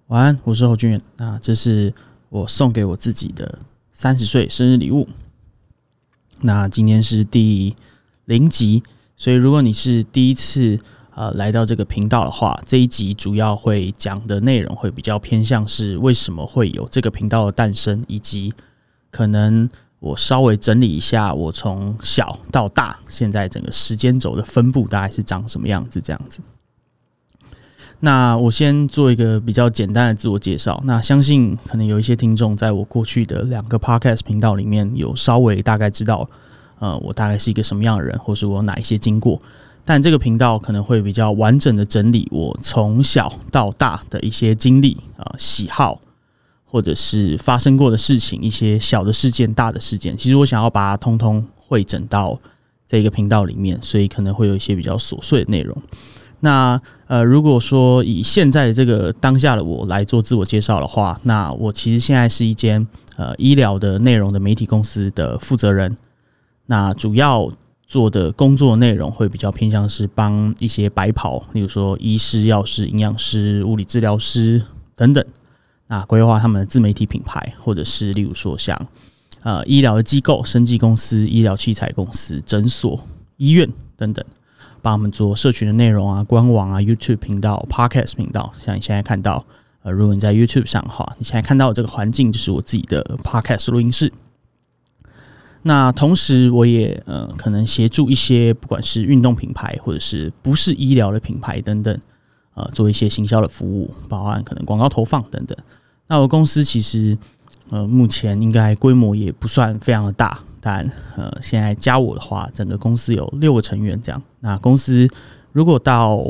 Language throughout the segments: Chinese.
晚安，我是侯俊远。那这是我送给我自己的30岁生日礼物。那今天是第0集，所以如果你是第一次来到这个频道的话，这一集主要会讲的内容会比较偏向是为什么会有这个频道的诞生，以及可能我稍微整理一下我从小到大现在整个时间轴的分布大概是长什么样子这样子。那我先做一个比较简单的自我介绍。那相信可能有一些听众在我过去的2个 podcast 频道里面有稍微大概知道，我大概是一个什么样的人，或是我有哪一些经过。但这个频道可能会比较完整的整理我从小到大的一些经历、喜好，或者是发生过的事情，一些小的事件、大的事件。其实我想要把它通通汇整到这个频道里面，所以可能会有一些比较琐碎的内容。那如果说以现在的这个当下的我来做自我介绍的话，那我其实现在是一间医疗的内容的媒体公司的负责人。那主要做的工作内容会比较偏向是帮一些白袍，例如说医师、药师、营养师、物理治疗师等等，那规划他们的自媒体品牌，或者是例如说像医疗的机构、生技公司、医疗器材公司、诊所、医院等等。帮他们做社群的内容啊、官网啊、YouTube 频道、Podcast 频道，像你现在看到，如果你在 YouTube 上的话，你现在看到的这个环境就是我自己的 Podcast 录音室。那同时，我也可能协助一些不管是运动品牌或者是不是医疗的品牌等等，做一些行销的服务，包含可能广告投放等等。那我公司其实目前应该规模也不算非常的大。但现在加我的话，整个公司有6个成员这样。那公司如果到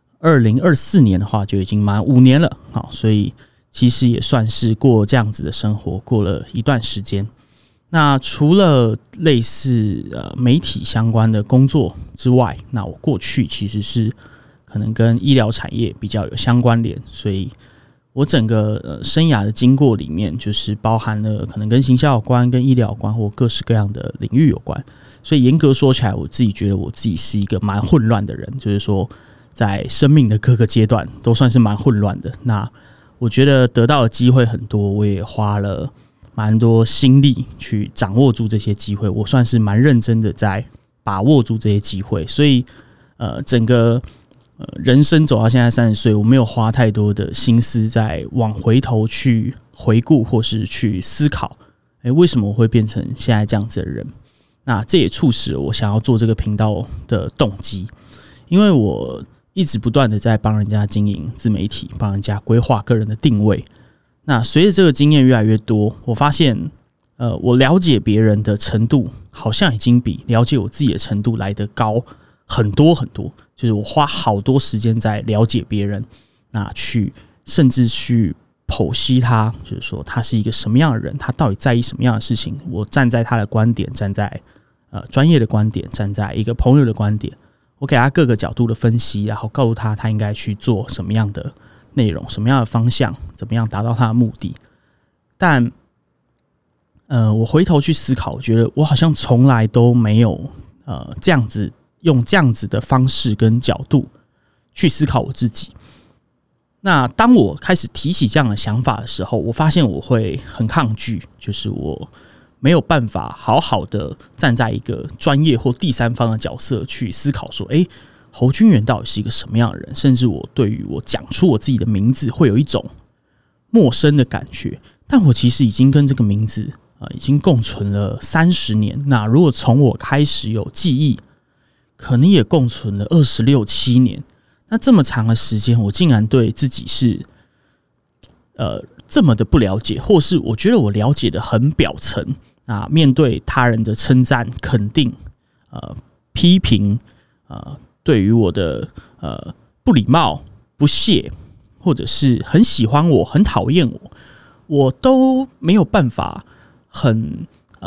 2024年的话，就已经满5年了，好，所以其实也算是过这样子的生活，过了一段时间。那除了类似媒体相关的工作之外，那我过去其实是可能跟医疗产业比较有相关联，所以我整个生涯的经过里面，就是包含了可能跟行销有关、跟医疗有关，或各式各样的领域有关。所以严格说起来，我自己觉得我自己是一个蛮混乱的人，就是说在生命的各个阶段都算是蛮混乱的。那我觉得得到的机会很多，我也花了蛮多心力去掌握住这些机会，我算是蛮认真的在把握住这些机会。所以整个人生走到现在30岁，我没有花太多的心思在往回头去回顾或是去思考，为什么我会变成现在这样子的人？那这也促使了我想要做这个频道的动机，因为我一直不断的在帮人家经营自媒体，帮人家规划个人的定位。那随着这个经验越来越多，我发现，我了解别人的程度好像已经比了解我自己的程度来得高很多很多，就是我花好多时间在了解别人，那甚至去剖析他，就是说他是一个什么样的人，他到底在意什么样的事情。我站在他的观点，站在专业的观点，站在一个朋友的观点，我给他各个角度的分析，然后告诉他他应该去做什么样的内容，什么样的方向，怎么样达到他的目的。但我回头去思考，我觉得我好像从来都没有这样子用这样子的方式跟角度去思考我自己。那当我开始提起这样的想法的时候，我发现我会很抗拒，就是我没有办法好好的站在一个专业或第三方的角色去思考说，侯君元到底是一个什么样的人？甚至我对于我讲出我自己的名字会有一种陌生的感觉。但我其实已经跟这个名字已经共存了30年。那如果从我开始有记忆，可能也共存了26、7年。那这么长的时间，我竟然对自己是这么的不了解，或是我觉得我了解的很表层。那面对他人的称赞、肯定、批评，对于我的不礼貌、不屑，或者是很喜欢我、很讨厌我，我都没有办法很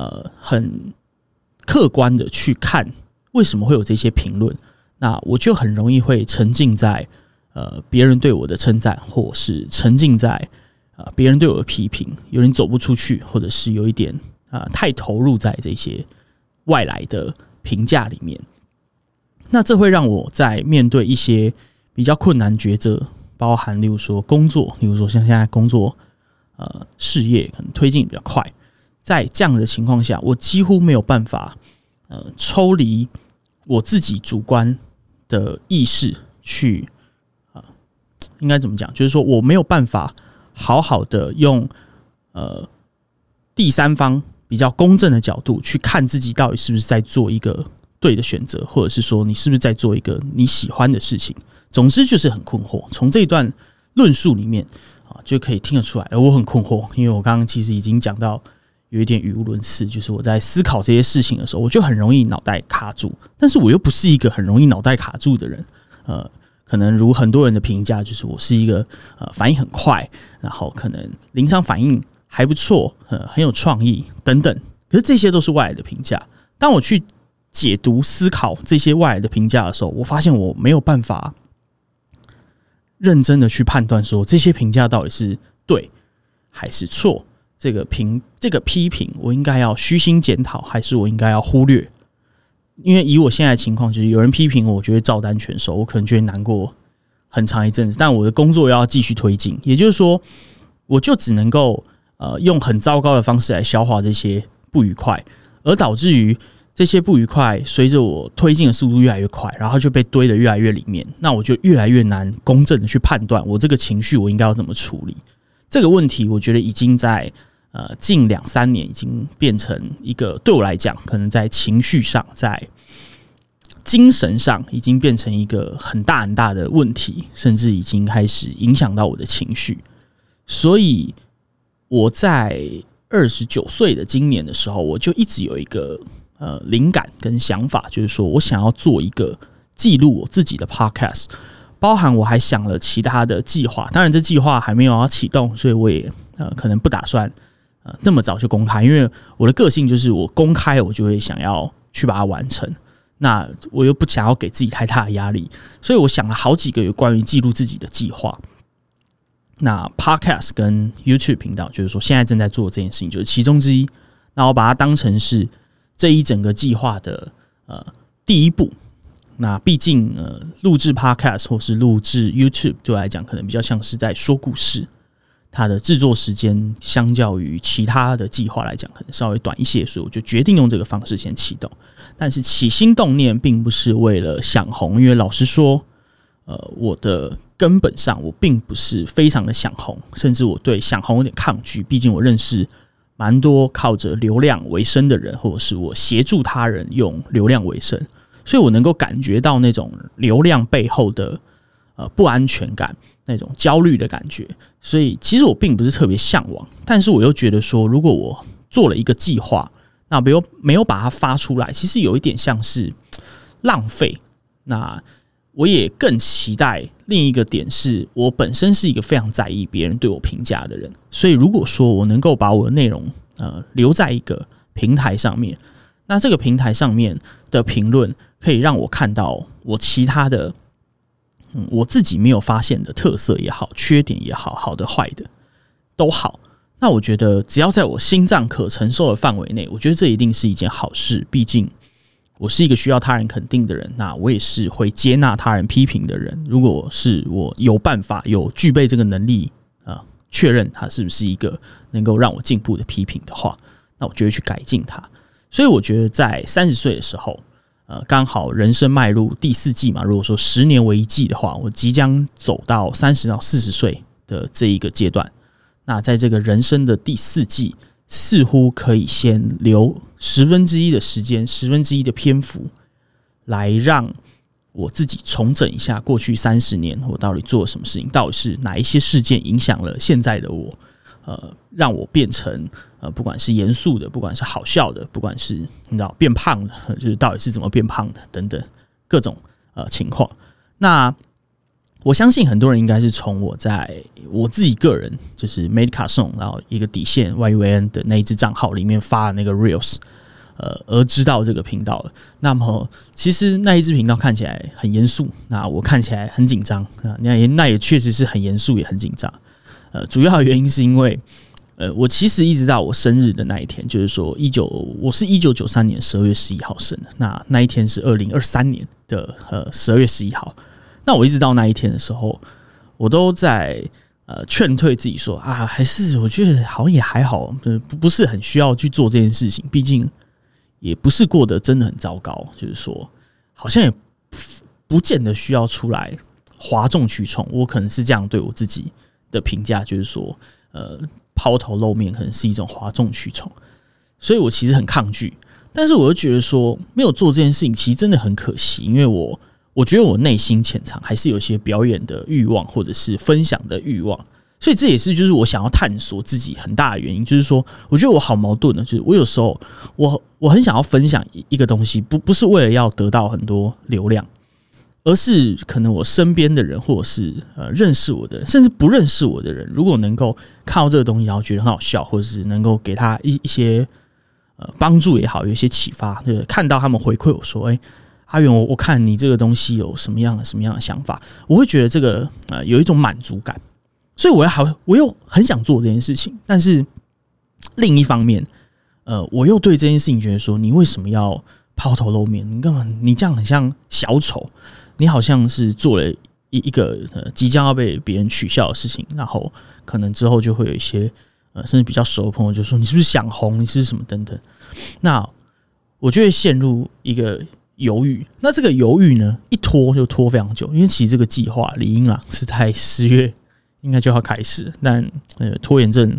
客观的去看为什么会有这些评论。那我就很容易会沉浸在别人对我的称赞，或是沉浸在别人对我的批评，有点走不出去，或者是有一点太投入在这些外来的评价里面。那这会让我在面对一些比较困难抉择， 包含例如说工作，例如说像现在工作事业可能推进比较快，在这样的情况下，我几乎没有办法抽离我自己主观的意识去应该怎么讲？就是说我没有办法好好的用第三方比较公正的角度去看自己到底是不是在做一个对的选择，或者是说你是不是在做一个你喜欢的事情。总之就是很困惑。从这一段论述里面就可以听得出来，我很困惑，因为我刚刚其实已经讲到有一点语无伦次，就是我在思考这些事情的时候，我就很容易脑袋卡住，但是我又不是一个很容易脑袋卡住的人。可能如很多人的评价，就是我是一个反应很快，然后可能临场反应还不错，很有创意等等。可是这些都是外来的评价。当我去解读思考这些外来的评价的时候，我发现我没有办法认真的去判断说这些评价到底是对还是错。这个批评我应该要虚心检讨，还是我应该要忽略？因为以我现在的情况，就是有人批评我，我就会照单全收，我可能就会难过很长一阵子，但我的工作要继续推进，也就是说，我就只能够用很糟糕的方式来消化这些不愉快，而导致于这些不愉快随着我推进的速度越来越快，然后就被堆得越来越里面，那我就越来越难公正的去判断我这个情绪我应该要怎么处理。这个问题我觉得已经在近2-3年已经变成一个对我来讲，可能在情绪上，在精神上已经变成一个很大很大的问题，甚至已经开始影响到我的情绪。所以我在29岁的今年的时候，我就一直有一个灵感跟想法，就是说我想要做一个记录我自己的 podcast， 包含我还想了其他的计划，当然这计划还没有要启动，所以我也可能不打算那么早就公开，因为我的个性就是我公开我就会想要去把它完成，那我又不想要给自己太大的压力，所以我想了好几个有关于记录自己的计划。那 podcast 跟 YouTube 频道就是说现在正在做这件事情，就是其中之一。那我把它当成是这一整个计划的第一步。那毕竟录制 podcast 或是录制 YouTube 对我来讲可能比较像是在说故事，它的制作时间相较于其他的计划来讲可能稍微短一些，所以我就决定用这个方式先启动。但是起心动念并不是为了想红，因为老实说我的根本上我并不是非常的想红，甚至我对想红有点抗拒，毕竟我认识蛮多靠着流量为生的人，或者是我协助他人用流量为生，所以我能够感觉到那种流量背后的不安全感，那种焦虑的感觉。所以其实我并不是特别向往，但是我又觉得说，如果我做了一个计划，那没有把它发出来，其实有一点像是浪费。那我也更期待另一个点是，我本身是一个非常在意别人对我评价的人，所以如果说我能够把我的内容留在一个平台上面，那这个平台上面的评论可以让我看到我其他的我自己没有发现的特色也好，缺点也好，好的坏的都好，那我觉得只要在我心脏可承受的范围内，我觉得这一定是一件好事。毕竟我是一个需要他人肯定的人，那我也是会接纳他人批评的人。如果是我有办法有具备这个能力确认它是不是一个能够让我进步的批评的话，那我就会去改进它。所以我觉得在30岁的时候刚好人生迈入第4季嘛，如果说10年为一季的话，我即将走到30到40岁的这一个阶段。那在这个人生的第4季，似乎可以先留1/10的时间，1/10的篇幅，来让我自己重整一下过去30年我到底做了什么事情，到底是哪一些事件影响了现在的我，让我变成不管是严肃的，不管是好笑的，不管是你知道变胖的，就是到底是怎么变胖的等等各种情况。那我相信很多人应该是从我在我自己个人就是 Medica Song 然后一个底线 YUAN 的那一支账号里面发的那个 Reels而知道这个频道了。那么其实那一支频道看起来很严肃，那我看起来很紧张，那也确实是很严肃也很紧张。主要的原因是因为我其实一直到我生日的那一天，就是说我是1993年12月11号生的，那一天是2023年的12月11号。那我一直到那一天的时候， 我都在劝退自己说啊，还是我觉得好像也还好，不是很需要去做这件事情，毕竟也不是过得真的很糟糕，就是说好像也不见得需要出来哗众取宠。我可能是这样对我自己的评价，就是说抛头露面可能是一种哗众取宠，所以我其实很抗拒。但是我又觉得说没有做这件事情其实真的很可惜，因为我觉得我内心潜藏还是有些表演的欲望或者是分享的欲望，所以这也是就是我想要探索自己很大的原因。就是说我觉得我好矛盾的，就是我有时候我很想要分享一个东西，不是为了要得到很多流量，而是可能我身边的人或者是认识我的人甚至不认识我的人，如果能够看到这个东西然后觉得很好笑，或者是能够给他一些帮助也好，有一些启发，对，看到他们回馈我说阿元，我看你这个东西有什么样的想法，我会觉得这个有一种满足感，所以我又很想做这件事情。但是另一方面我又对这件事情觉得说，你为什么要抛头露面？你这样很像小丑，你好像是做了一个即将要被别人取笑的事情，然后可能之后就会有一些甚至比较熟的朋友就说你是不是想红，你是什么等等。那我就会陷入一个犹豫。那这个犹豫呢，一拖就拖非常久，因为其实这个计划理应啦是在10月应该就要开始，但拖延症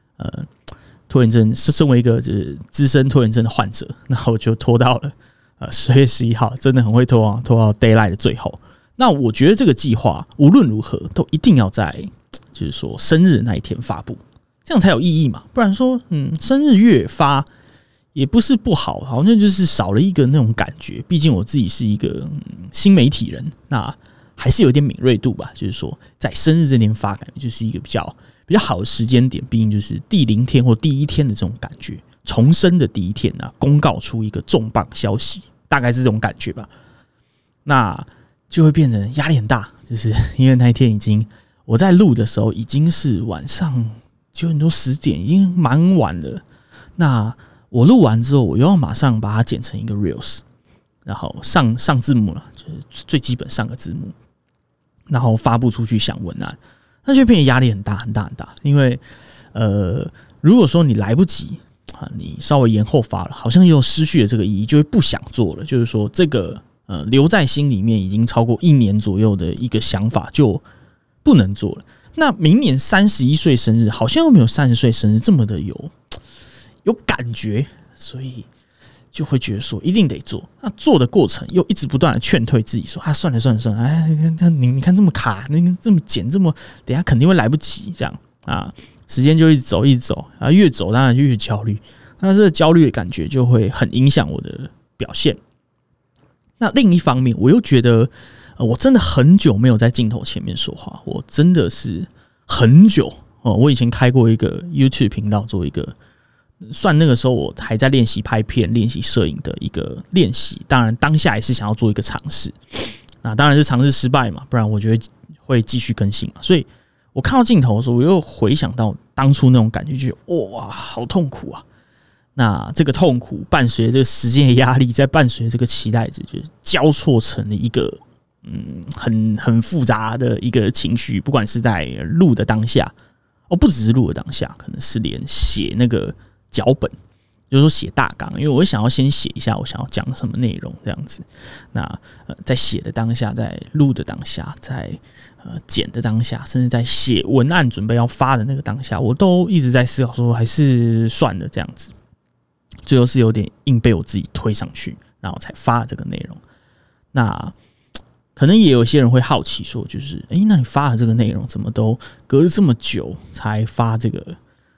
是身为一个资深拖延症的患者，然后就拖到了10月11号，真的很会拖啊，拖到 deadline 的最后。那我觉得这个计划无论如何都一定要在就是说生日那一天发布，这样才有意义嘛。不然说生日月发也不是不好，好像就是少了一个那种感觉。毕竟我自己是一个新媒体人，那还是有点敏锐度吧。就是说在生日这天发，感觉就是一个比较好的时间点，毕竟就是第0天或第1天的这种感觉，重生的第1天啊，公告出一个重磅消息，大概是这种感觉吧。那就会变得压力很大，就是因为那一天我在录的时候已经是晚上9点多10点，已经蛮晚了。那我录完之后，我又要马上把它剪成一个 reels， 然后上字幕了，就是最基本上个字幕，然后发布出去想文案，那就变得压力很大很大很大。因为如果说你来不及你稍微延后发了，好像又失去了这个意义，就会不想做了。就是说这个留在心里面已经超过1年左右的一个想法就不能做了。那明年31岁生日，好像又没有30岁生日这么的有感觉，所以就会觉得说一定得做。那做的过程又一直不断的劝退自己说算了，哎，你看这么卡，这么剪，这么等一下肯定会来不及，这样啊，时间就一直走啊，越走当然就越焦虑。那这个焦虑的感觉就会很影响我的表现。那另一方面，我又觉得我真的很久没有在镜头前面说话，我真的是很久我以前开过一个 YouTube 频道，做一个算那个时候我还在练习拍片、练习摄影的一个练习。当然，当下也是想要做一个尝试。那当然是尝试失败嘛，不然我觉得会继续更新嘛。所以我看到镜头的时候，我又回想到当初那种感觉，就觉得哇，好痛苦啊！那这个痛苦伴随着这个时间的压力，再伴随着这个期待值，就是交错成了一个很复杂的一个情绪。不管是在录的当下，不只是录的当下，可能是连写那个脚本，就是说写大纲，因为我想要先写一下我想要讲什么内容这样子。那在写的当下，在录的当下，在剪的当下，甚至在写文案准备要发的那个当下，我都一直在思考说，还是算了这样子。最后是有点硬被我自己推上去，然后才发了这个内容。那可能也有些人会好奇说，就是那你发的这个内容怎么都隔了这么久才发这个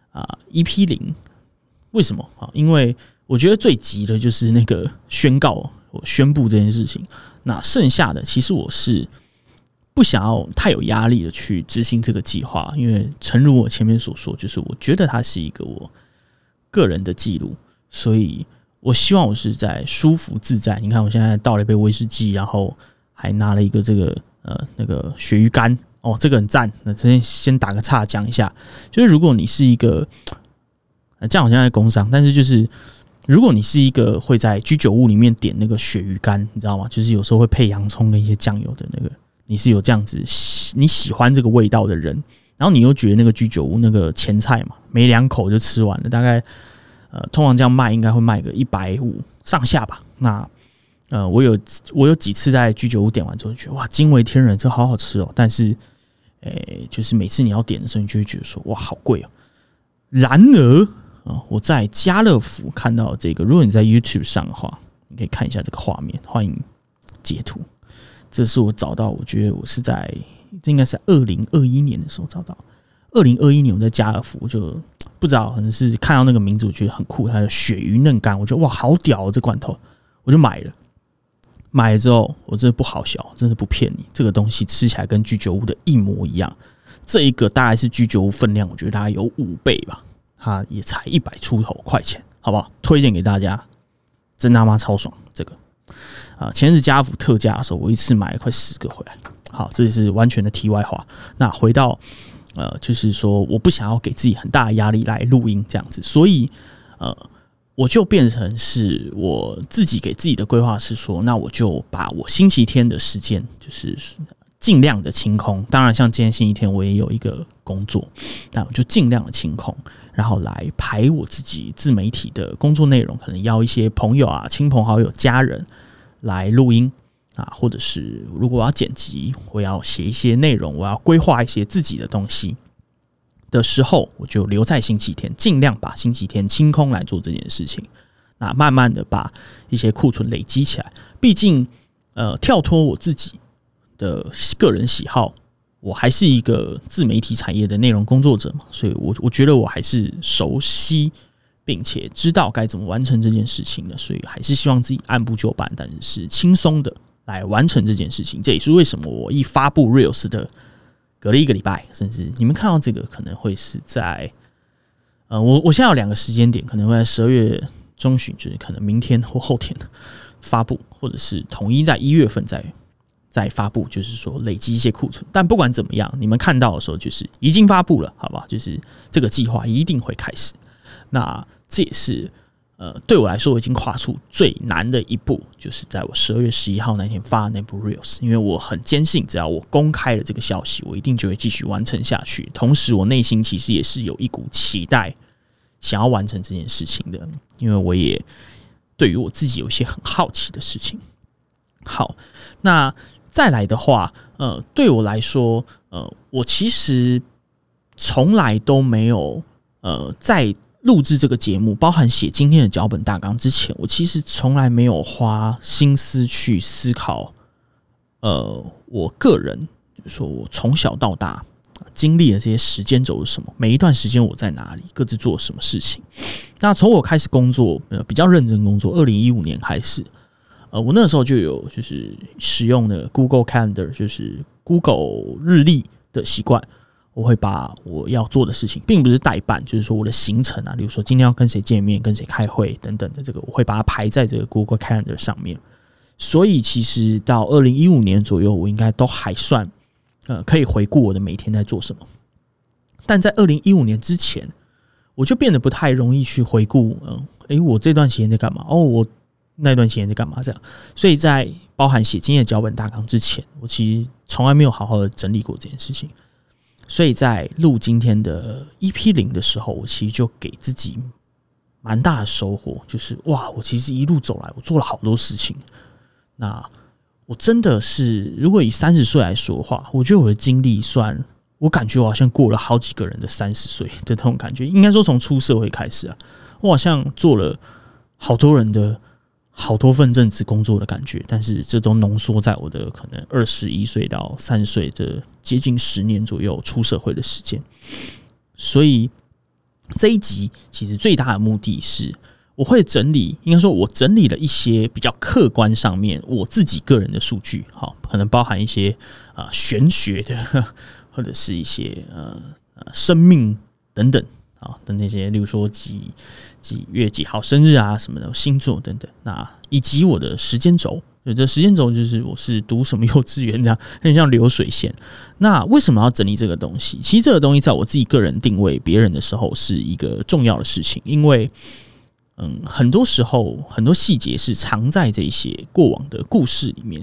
EP0？为什么？因为我觉得最急的就是那个我宣布这件事情。那剩下的其实我是不想要太有压力的去执行这个计划，因为诚如我前面所说，就是我觉得它是一个我个人的记录，所以我希望我是在舒服自在。你看我现在倒了一杯威士忌，然后还拿了一个这个那个鳕鱼干这个很赞。那先打个岔讲一下，就是如果你是一个这样好像在工商，但是就是如果你是一个会在居酒屋里面点那个鳕鱼干，你知道吗？就是有时候会配洋葱跟一些酱油的那个， 你是有这样子你喜欢这个味道的人，然后你又觉得那个居酒屋那个前菜嘛，没2口就吃完了，大概通常这样卖应该会卖个150上下吧。那我有几次在居酒屋点完之后觉得哇惊为天人，这好好吃哦，但是就是每次你要点的时候，你就会觉得说哇好贵哦。然而我在家乐福看到这个，如果你在 YouTube 上的话，你可以看一下这个画面，欢迎截图。这是我找到，我觉得我是在这应该是2021年的时候找到。2021年我在家乐福，我就不知道可能是看到那个名字，我觉得很酷，它的鳕鱼嫩干，我觉得哇好屌哦，这罐头，我就买了。买了之后，我真的不好笑，真的不骗你，这个东西吃起来跟居酒屋的一模一样。这一个大概是居酒屋分量，我觉得大概有5倍吧，它也才100出头块钱，好不好？推荐给大家，真他妈超爽！这个前日家乐福特价的时候，我一次买了快10个回来。好，这是完全的题外话。那回到就是说，我不想要给自己很大的压力来录音这样子，所以我就变成是我自己给自己的规划是说，那我就把我星期天的时间就是尽量的清空。当然，像今天星期天我也有一个工作，那我就尽量的清空，然后来排我自己自媒体的工作内容，可能邀一些朋友啊、亲朋好友、家人来录音啊，或者是如果我要剪辑，我要写一些内容，我要规划一些自己的东西的时候，我就留在星期天，尽量把星期天清空来做这件事情。那慢慢的把一些库存累积起来，毕竟跳脱我自己的个人喜好，我还是一个自媒体产业的内容工作者嘛，所以我觉得我还是熟悉并且知道该怎么完成这件事情的，所以还是希望自己按部就班，但是轻松的来完成这件事情。这也是为什么我一发布 Reels 的隔了1个礼拜，甚至你们看到这个可能会是在我现在有2个时间点，可能会在12月中旬，就是可能明天或后天发布，或者是统一在1月份再发布，就是说累积一些库存。但不管怎么样，你们看到的时候就是已经发布了，好不好？就是这个计划一定会开始。那这也是对我来说，我已经跨出最难的一步，就是在我12月11号那天发的那部 Reels， 因为我很坚信，只要我公开了这个消息，我一定就会继续完成下去。同时，我内心其实也是有一股期待，想要完成这件事情的，因为我也对于我自己有一些很好奇的事情。好，那再来的话，对我来说，我其实从来都没有在录制这个节目，包含写今天的脚本大纲之前，我其实从来没有花心思去思考，我个人就是说我从小到大经历的这些时间轴是什么，每一段时间我在哪里，各自做什么事情。那从我开始工作，比较认真工作，2015年开始，我那个时候就有就是使用的 Google Calendar， 就是 Google 日历的习惯。我会把我要做的事情，并不是代办，就是说我的行程啊，比如说今天要跟谁见面、跟谁开会等等的，这个我会把它排在这个 Google Calendar 上面。所以其实到2015年左右，我应该都还算可以回顾我的每天在做什么。但在2015年之前，我就变得不太容易去回顾，我这段时间在干嘛？我那段时间在干嘛？这样，所以在包含写今天的脚本大纲之前，我其实从来没有好好的整理过这件事情。所以在录今天的 EP0 的时候，我其实就给自己蛮大的收获，就是哇，我其实一路走来，我做了好多事情。那我真的是，如果以30岁来说的话，我觉得我的经历算，我感觉我好像过了好几个人的30岁的那种感觉。应该说从出社会开始啊，我好像做了好多人的好多份正职工作的感觉，但是这都浓缩在我的可能21岁到30岁的接近10年左右出社会的时间。所以这一集其实最大的目的是，我会整理，应该说我整理了一些比较客观上面我自己个人的数据，好，可能包含一些玄学的，或者是一些生命等等啊的那些，例如说几月几号生日啊什么的，星座等等，那以及我的时间轴。这时间轴就是我是读什么幼稚园这样，很像流水线。那为什么要整理这个东西？其实这个东西在我自己个人定位别人的时候是一个重要的事情，因为很多时候很多细节是藏在这些过往的故事里面。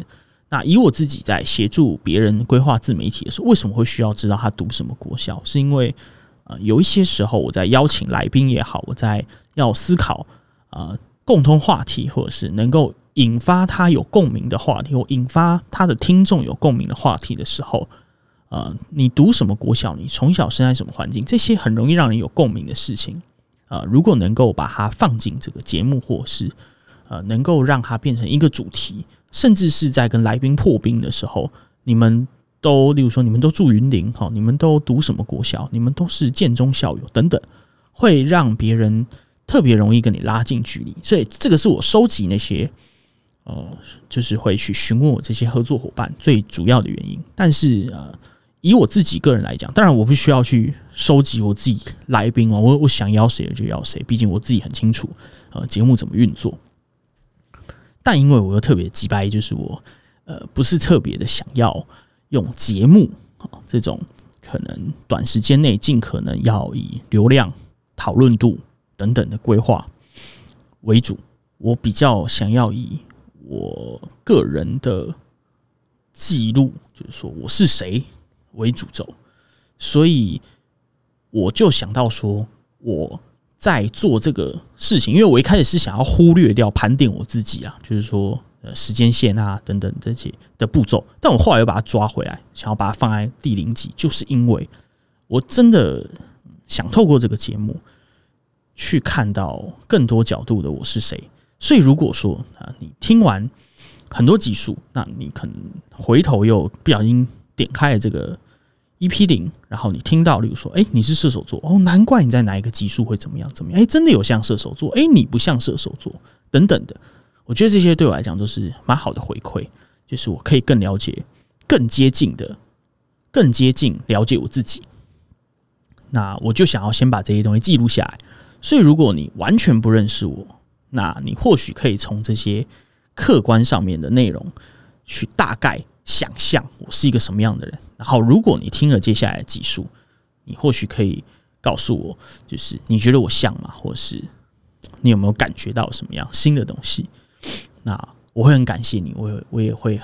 那以我自己在协助别人规划自媒体的时候，为什么会需要知道他读什么国校？是因为有一些时候我在邀请来宾也好，我在要思考共同话题，或者是能够引发他有共鸣的话题，或引发他的听众有共鸣的话题的时候，你读什么国小，你从小生在什么环境，这些很容易让人有共鸣的事情，如果能够把它放进这个节目，或是能够让它变成一个主题，甚至是在跟来宾破冰的时候，你们都，例如说你们都住云林，你们都读什么国小，你们都是建中校友等等，会让别人特别容易跟你拉近距离。所以这个是我收集那些就是会去询问我这些合作伙伴最主要的原因。但是以我自己个人来讲，当然我不需要去收集我自己来宾我想邀谁就邀谁，毕竟我自己很清楚节目怎么运作。但因为我又特别鸡掰，就是我不是特别的想要用节目这种可能短时间内尽可能要以流量、讨论度等等的规划为主，我比较想要以我个人的记录，就是说我是谁为主轴，所以我就想到说我在做这个事情，因为我一开始是想要忽略掉盘点我自己就是说时间线等等这些的步骤，但我后来又把它抓回来，想要把它放在第0集，就是因为我真的想透过这个节目去看到更多角度的我是谁。所以如果说你听完很多集数，那你可能回头又不小心点开了这个EP0，然后你听到例如说你是射手座难怪你在哪一个集数会怎么样怎么样，真的有像射手座，你不像射手座等等的，我觉得这些对我来讲都是蛮好的回馈，就是我可以更了解、更接近了解我自己。那我就想要先把这些东西记录下来。所以如果你完全不认识我，那你或许可以从这些客观上面的内容去大概想象我是一个什么样的人。然后如果你听了接下来的集数，你或许可以告诉我，就是你觉得我像吗？或是你有没有感觉到什么样新的东西？那我会很感谢你，我也会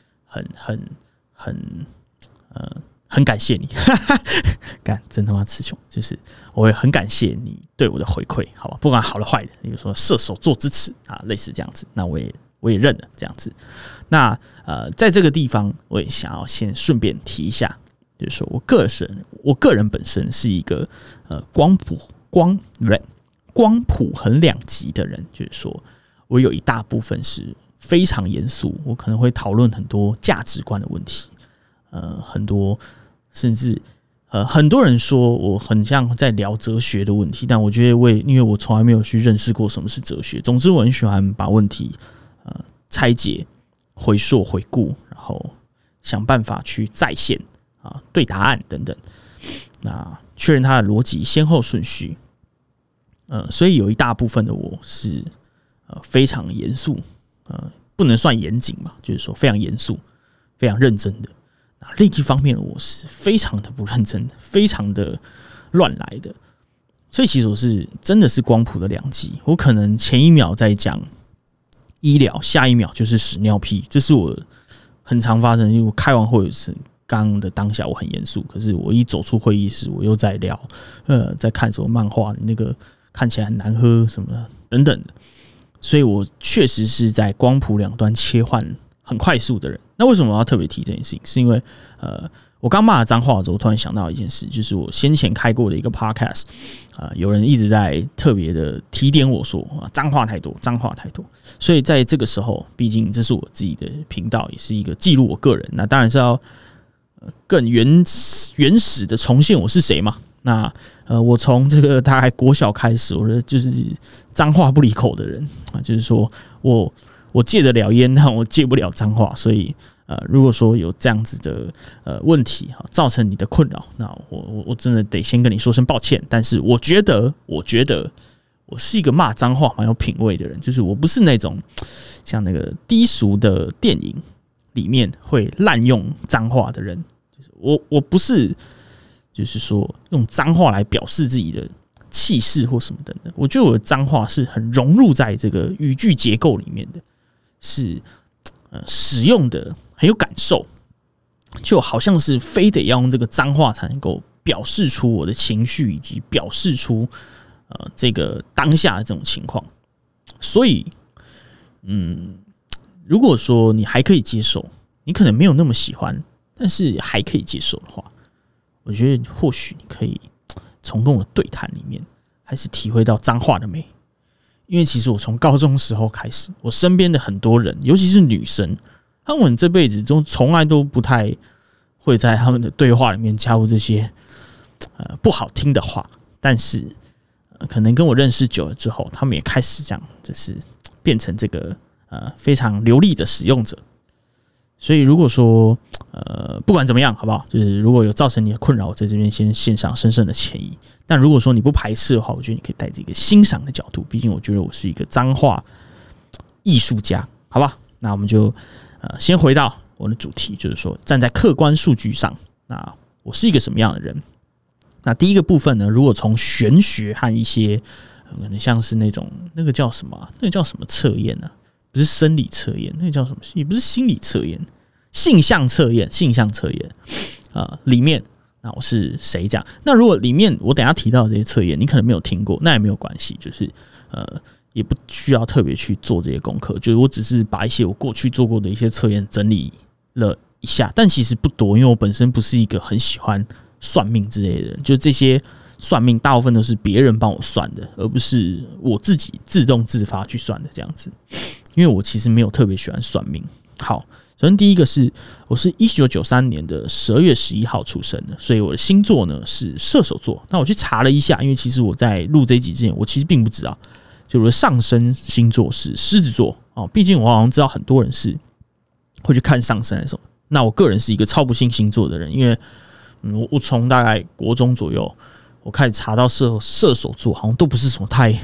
很感谢你，干真他妈词穷，就是我会很感谢你对我的回馈，好吧，不管好的坏的，比如说射手座之耻类似这样子，那我也认了这样子。那在这个地方，我也想要先顺便提一下，就是说我个人本身是一个光谱很两极的人，就是说我有一大部分是非常严肃，我可能会讨论很多价值观的问题，很多甚至很多人说我很像在聊哲学的问题，但我觉得因为我从来没有去认识过什么是哲学。总之，我很喜欢把问题拆解、回溯、回顾，然后想办法去再现对答案等等，那确认它的逻辑先后顺序。所以有一大部分的我是非常严肃，不能算严谨嘛，就是说非常严肃、非常认真的。另一方面，我是非常的不认真，非常的乱来的。所以其实我是真的是光谱的两极。我可能前一秒在讲医疗，下一秒就是屎尿屁，这是我很常发生。因为我开完会是刚的当下，我很严肃，可是我一走出会议室，我又在聊，在看什么漫画，那个看起来很难喝什么的等等的。所以我确实是在光谱两端切换很快速的人。那为什么我要特别提这件事情？是因为我刚骂了脏话的时候，我突然想到一件事，就是我先前开过的一个 podcast，有人一直在特别的提点我说脏话太多，脏话太多。所以在这个时候，毕竟这是我自己的频道，也是一个记录我个人，那当然是要更原始的重现我是谁嘛。那我从这个大概国小开始，我就是脏话不离口的人就是说我戒得了烟，但我戒不了脏话，所以如果说有这样子的问题造成你的困扰，那我真的得先跟你说声抱歉。但是我觉得我是一个骂脏话蛮有品味的人，就是我不是那种像那个低俗的电影里面会滥用脏话的人，就是我不是就是说用脏话来表示自己的气势或什么等等。我觉得我的脏话是很融入在这个语句结构里面的，是使用的很很有感受，就好像是非得要用这个脏话才能够表示出我的情绪，以及表示出这个当下的这种情况。所以，如果说你还可以接受，你可能没有那么喜欢，但是还可以接受的话，我觉得或许你可以从跟我的对谈里面开始体会到脏话的美。因为其实我从高中时候开始，我身边的很多人，尤其是女生，他们这辈子都从来都不太会在他们的对话里面加入这些不好听的话，但是可能跟我认识久了之后，他们也开始这样，就是变成这个非常流利的使用者。所以如果说不管怎么样，好不好？就是如果有造成你的困扰，我在这边先献上深深的歉意。但如果说你不排斥的话，我觉得你可以带着一个欣赏的角度，毕竟我觉得我是一个脏话艺术家，好吧？那我们就先回到我的主题，就是说站在客观数据上，那我是一个什么样的人？那第一个部分呢，如果从玄学和一些可能像是那种那个叫什么，那个叫什么测验呢？不是生理测验，那个叫什么？也不是心理测验，性向测验，里面。那我是谁这样？那如果里面我等一下提到的这些测验，你可能没有听过，那也没有关系，就是也不需要特别去做这些功课，就是我只是把一些我过去做过的一些测验整理了一下，但其实不多，因为我本身不是一个很喜欢算命之类的人，就这些算命大部分都是别人帮我算的，而不是我自己自动自发去算的这样子，因为我其实没有特别喜欢算命。好。首先，第一个是我是1993年的12月11号出生的，所以我的星座呢是射手座。那我去查了一下，因为其实我在录这一集之前，我其实并不知道，就我的上升星座是狮子座哦。毕竟我好像知道很多人是会去看上升的时候，那我个人是一个超不信星座的人，因为我从大概国中左右，我开始查到射手座好像都不是什么太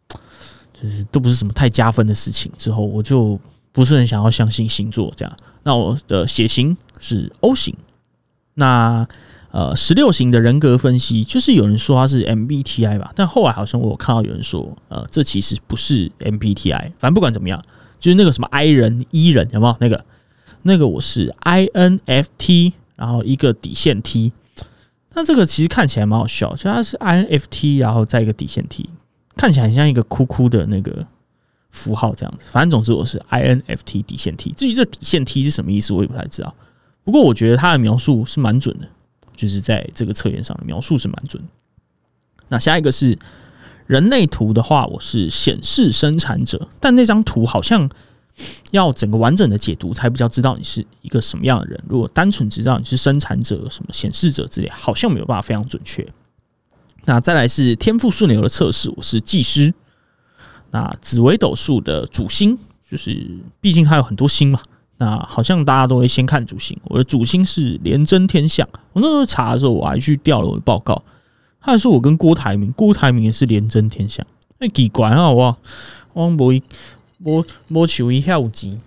加分的事情，之后我就不是很想要相信星座这样。那我的血型是 O 型。那16型的人格分析，就是有人说它是 MBTI 吧，但后来好像我有看到有人说，这其实不是 MBTI。反正不管怎么样，就是那个什么 I 人、E 人有没有？那个我是 INFT， 然后一个底线 T。那这个其实看起来蛮好笑，就它是 INFT， 然后再一个底线 T， 看起来很像一个哭哭的那个符号这样子。反正总之我是 INFT 底线 T。至于这底线 T 是什么意思，我也不太知道。不过我觉得它的描述是蛮准的，就是在这个测验上的描述是蛮准的。那下一个是人类图的话，我是显示生产者，但那张图好像要整个完整的解读才比较知道你是一个什么样的人。如果单纯知道你是生产者、什么显示者之类，好像没有办法非常准确。那再来是天赋顺流的测试，我是技师。那紫微斗数的主星，就是毕竟它有很多星嘛，那好像大家都会先看主星。我的主星是廉贞天相。我那时候查的时候，我还去调了我的报告，他还说我跟郭台铭也是廉贞天相。奇怪啊，我求一下有钱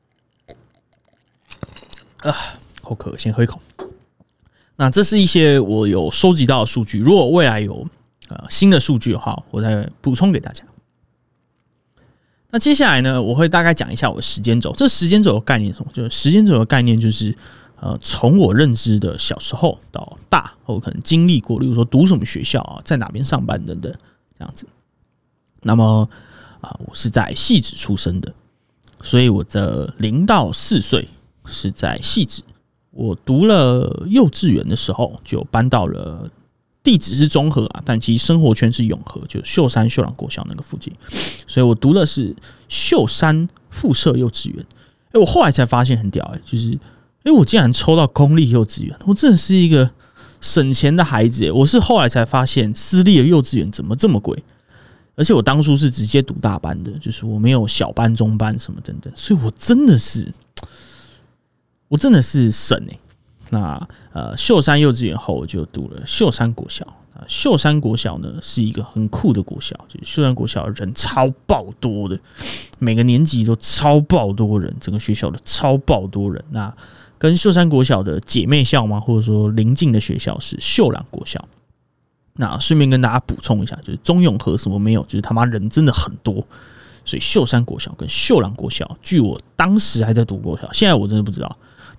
啊，好渴，先喝一口。那这是一些我有收集到的数据，如果未来有新的数据的话，我再补充给大家。那接下来呢，我会大概讲一下我的时间轴。这时间轴的概念是什么？就是时间轴的概念就是从我认知的小时候到大，或可能经历过，例如说读什么学校啊，在哪边上班等等这样子。那么我是在汐止出生的，所以我的0到4岁是在汐止。我读了幼稚园的时候就搬到了，地址是中和啊，但其实生活圈是永和，就是秀朗国小那个附近，所以我读的是秀山附设幼稚园。我后来才发现很屌就是我竟然抽到公立幼稚园，我真的是一个省钱的孩子我是后来才发现私立的幼稚园怎么这么贵，而且我当初是直接读大班的，就是我没有小班、中班什么等等，所以我真的是省那秀山幼稚园后，我就读了秀山国小。秀山国小呢是一个很酷的国小，就是秀山国小人超爆多的，每个年级都超爆多人，整个学校都超爆多人。那跟秀山国小的姐妹校嘛，或者说邻近的学校是秀朗国小。那顺便跟大家补充一下，就是中永和什么没有，就是他妈人真的很多。所以秀山国小跟秀朗国小，据我当时还在读国小，现在我真的不知道。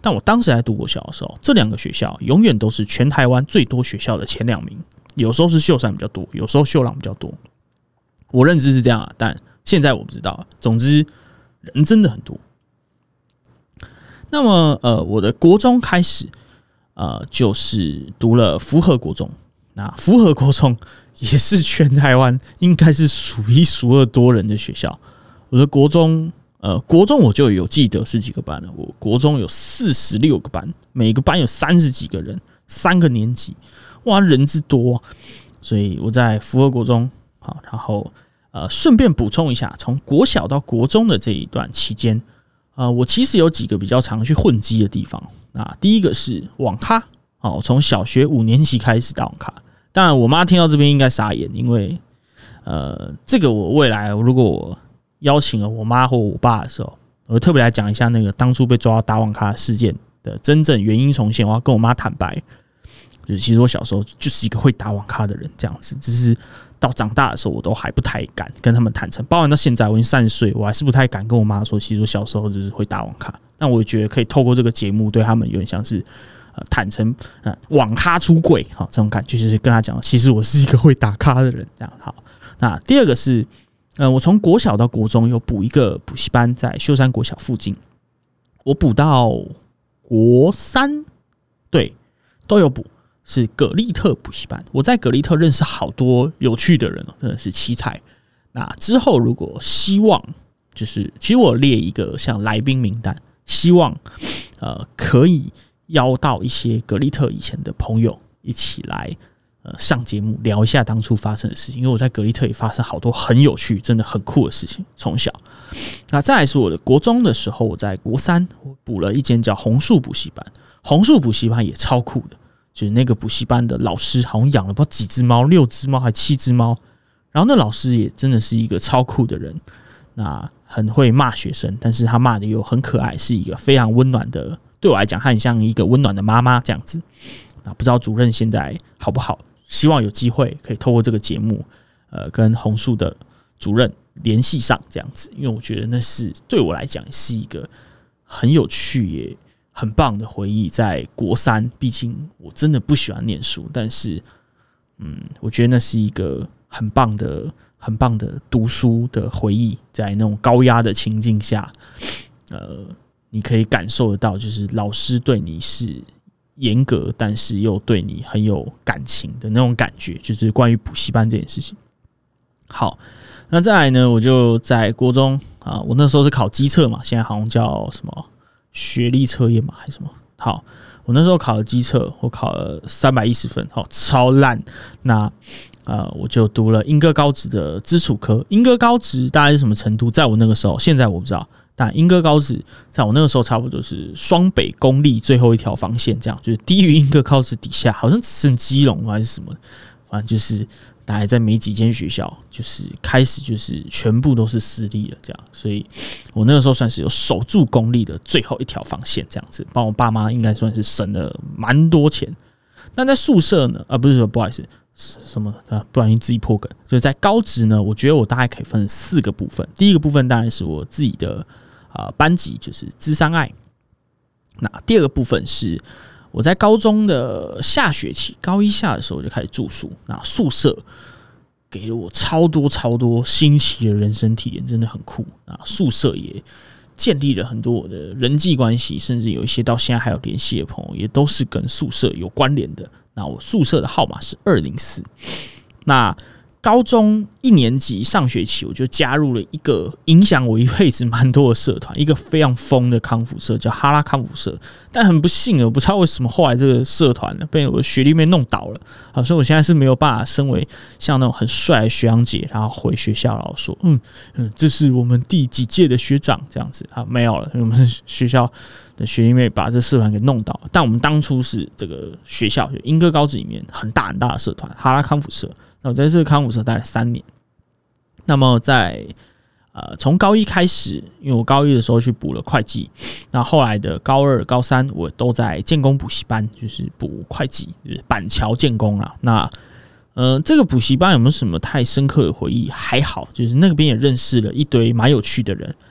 但我当时在读国小的时候，这2个学校永远都是全台湾最多学校的前2名，有时候是秀山比较多，有时候秀朗比较多。我认知是这样啊，但现在我不知道。总之，人真的很多。那么我的国中开始，就是读了福和国中。那福和国中也是全台湾应该是数1数2多人的学校。我的国中我就有记得是几个班了。我国中有46个班，每个班有30几个人，3个年级，哇，人之多啊！所以我在福和国中，好，然后顺便补充一下，从国小到国中的这一段期间，我其实有几个比较常去混迹的地方。那第一个是网咖，我从小学5年级开始打网咖。当然，我妈听到这边应该傻眼，因为这个我未来如果我邀请了我妈或我爸的时候，我会特别来讲一下那个当初被抓到打网咖事件的真正原因重现。我要跟我妈坦白，就是其实我小时候就是一个会打网咖的人，这样子，只是到长大的时候，我都还不太敢跟他们坦诚。包含到现在，我已经30岁，我还是不太敢跟我妈说，其实我小时候就是会打网咖。但我觉得可以透过这个节目，对他们有点像是坦诚，网咖出柜，好，这种感觉就是跟他讲，其实我是一个会打咖的人。这样好。那第二个是，我从国小到国中有补一个补习班，在秀山国小附近，我补到国3，对，都有补。是葛利特补习班，我在葛利特认识好多有趣的人哦，真的是奇才。那之后如果希望，就是其实我列一个像来宾名单，希望可以邀到一些葛利特以前的朋友一起来上节目聊一下当初发生的事情，因为我在葛利特也发生好多很有趣、真的很酷的事情。从小，那再来是我的国中的时候，我在国3我补了一间叫红树补习班，红树补习班也超酷的。就是那个补习班的老师好像养了不知道几只猫，6只猫还7只猫，然后那老师也真的是一个超酷的人，那很会骂学生，但是他骂的又很可爱，是一个非常温暖的，对我来讲，他很像一个温暖的妈妈这样子。那不知道主任现在好不好？希望有机会可以透过这个节目，跟红树的主任联系上这样子，因为我觉得那是对我来讲是一个很有趣也很棒的回忆。在国3，毕竟我真的不喜欢念书，但是我觉得那是一个很棒的读书的回忆。在那种高压的情境下，你可以感受得到，就是老师对你是严格，但是又对你很有感情的那种感觉，就是关于补习班这件事情。好，那再来呢，我就在国中啊，我那时候是考基测嘛，现在好像叫什么学历测验嘛，还是什么？好，我那时候考了基测，我考了310分，好，超烂。那我就读了莺歌高职的基础科。莺歌高职大概是什么程度？在我那个时候，现在我不知道。但莺歌高职在我那个时候差不多就是双北公立最后一条防线，这样就是低于莺歌高职底下，好像只剩基隆还是什么，反正就是大概在没几间学校，就是开始就是全部都是私立了这样，所以我那个时候算是有守住公立的最后一条防线，这样子帮我爸妈应该算是省了蛮多钱。但在宿舍呢，不好意思。什么不然自己破梗。所以在高职呢，我觉得我大概可以分4个部分。第一个部分当然是我自己的班级，就是资商爱。那第二个部分是我在高中的下学期，高1下的时候就开始住宿。那宿舍给了我超多新奇的人生体验，真的很酷。那宿舍也建立了很多我的人际关系，甚至有一些到现在还有联系的朋友，也都是跟宿舍有关联的。那我宿舍的号码是204。那高中1年级上学期，我就加入了一个影响我一辈子蛮多的社团，一个非常疯的康复社，叫哈拉康复社。但很不幸的，我不知道为什么后来这个社团呢被我的学弟妹弄倒了，所以我现在是没有办法身为像那种很帅的学长姐，然后回学校然后说，这是我们第几届的学长这样子啊，没有了，我们学校的学弟妹把这社团给弄倒。但我们当初是这个学校就莺歌高职里面很大的社团哈拉康复社。那我在这个康复社待了3年。那么在从高1开始，因为我高1的时候去补了会计，那后来的高2、高3我都在建工补习班，就是补会计，就是板桥建工啦。那这个补习班有没有什么太深刻的回忆？还好，就是那边也认识了一堆蛮有趣的人。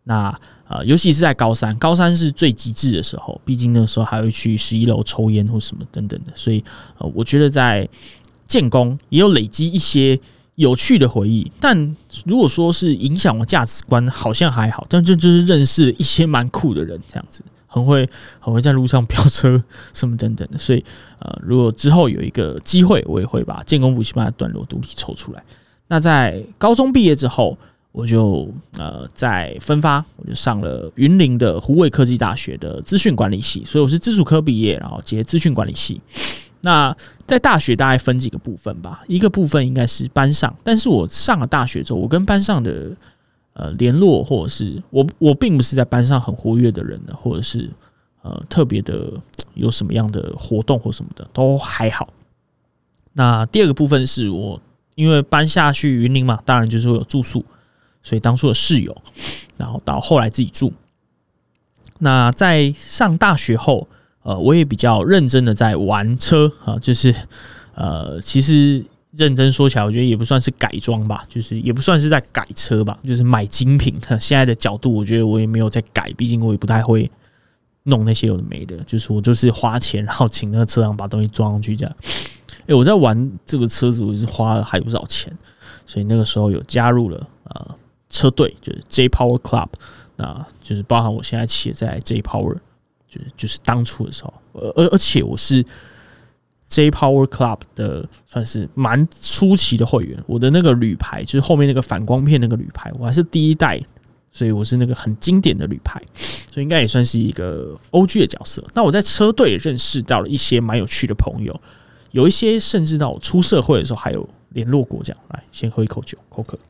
那尤其是在高三是最极致的时候，毕竟那时候还会去11楼抽烟或什么等等的，所以我觉得在建工也有累积一些有趣的回忆。但如果说是影响我价值观，好像还好，但就是认识了一些蛮酷的人，这样子很会在路上飙车什么等等的。所以如果之后有一个机会，我也会把建工补习班的段落独立抽出来。那在高中毕业之后，我就在分发，我就上了云林的虎尾科技大学的资讯管理系，所以我是资处科毕业，然后接资讯管理系。那在大学大概分几个部分吧，一个部分应该是班上，但是我上了大学之后，我跟班上的联络，或者是我并不是在班上很活跃的人呢，或者是特别的有什么样的活动或什么的都还好。那第二个部分是我因为搬下去云林嘛，当然就是会有住宿。所以当初的室友，然后到后来自己住。那在上大学后，我也比较认真的在玩车啊，就是其实认真说起来，我觉得也不算是改装吧，就是也不算是在改车吧，就是买精品。现在的角度，我觉得我也没有在改，毕竟我也不太会弄那些有的没的，就是我就是花钱，然后请那个车行把东西装上去这样。我在玩这个车子，我是花了还不少钱，所以那个时候有加入了车队，就是 J Power Club， 那就是包含我现在骑在 J Power， 就是当初的时候，而且我是 J Power Club 的算是蛮初期的会员，我的那个铝牌就是后面那个反光片那个铝牌，我还是第一代，所以我是那个很经典的铝牌，所以应该也算是一个 OG 的角色。那我在车队也认识到了一些蛮有趣的朋友，有一些甚至到我出社会的时候还有联络过这样。来，先喝一口酒，口渴。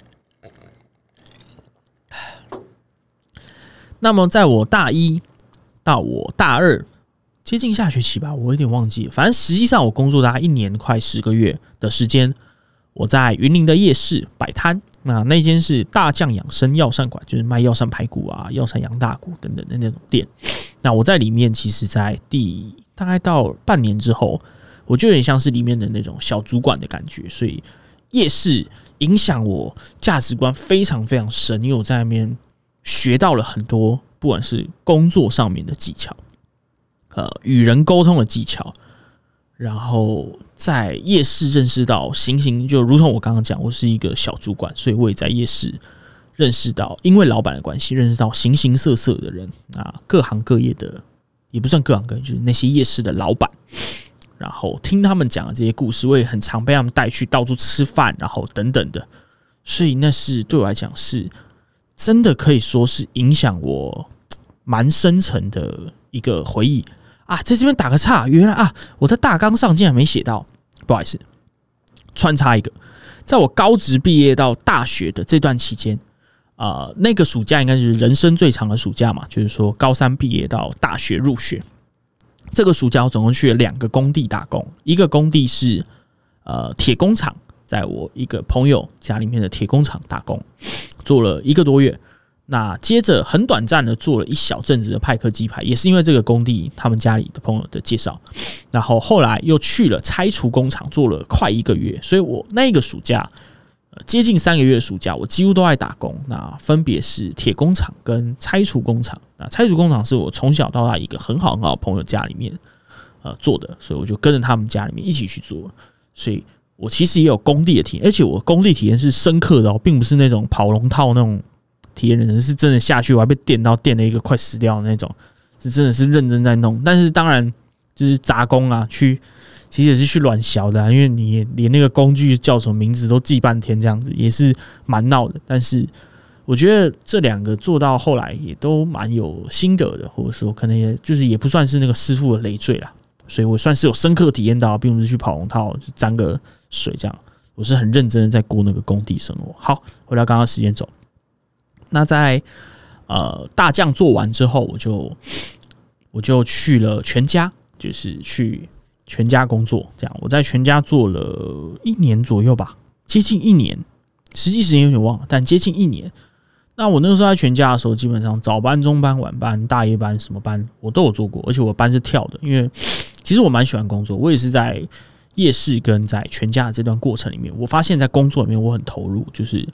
那么在我大一到我大二接近下学期吧，我有点忘记了，反正实际上我工作大概1年快10个月的时间，我在云林的夜市摆摊。那间是大酱养生药膳馆，就是卖药膳排骨啊、药膳羊大骨等等的那种店。那我在里面，其实在大概到半年之后，我就有点像是里面的那种小主管的感觉，所以夜市影响我价值观非常非常深，因为我在那边学到了很多，不管是工作上面的技巧，与人沟通的技巧，然后在夜市认识到就如同我刚刚讲，我是一个小主管，所以我也在夜市认识到，因为老板的关系，认识到形形色色的人啊，各行各业的，也不算各行各业，就是那些夜市的老板。然后听他们讲的这些故事，我也很常被他们带去到处吃饭，然后等等的，所以那是对我来讲是真的可以说是影响我蛮深层的一个回忆啊。在这边打个岔，原来我在大纲上竟然没写到，不好意思，穿插一个，在我高职毕业到大学的这段期间，那个暑假应该是人生最长的暑假嘛，就是说高3毕业到大学入学。这个暑假我总共去了2个工地打工，一个工地是铁工厂，在我一个朋友家里面的铁工厂打工，做了1个多月。那接着很短暂的做了一小阵子的派克鸡排，也是因为这个工地他们家里的朋友的介绍，然后后来又去了拆除工厂，做了快1个月。所以我那个暑假接近3个月的暑假，我几乎都在打工。那分别是铁工厂跟拆除工厂。那拆除工厂是我从小到大一个很好的朋友家里面做的，所以我就跟着他们家里面一起去做。所以我其实也有工地的体验，而且我工地体验是深刻的并不是那种跑龙套那种体验人，是真的下去我还被电了一个快死掉的那种，是真的是认真在弄。但是当然就是杂工啊，其实也是去乱小的因为你连那个工具叫什么名字都记半天，这样子也是蛮闹的。但是我觉得这2个做到后来也都蛮有心得的，或者说可能也不算是那个师傅的累赘啦，所以我算是有深刻体验到，并不是去跑龙套就沾个水这样，我是很认真的在过那个工地生活。好，回到刚刚时间轴，那在大酱做完之后，我就去了全家，就是去全家工作，这样我在全家做了1年左右吧，接近1年，实际时间有点忘了，但接近1年。那我那个时候在全家的时候，基本上早班、中班、晚班、大夜班什么班我都有做过，而且我班是跳的，因为其实我蛮喜欢工作，我也是在夜市跟在全家的这段过程里面，我发现在工作里面我很投入，就是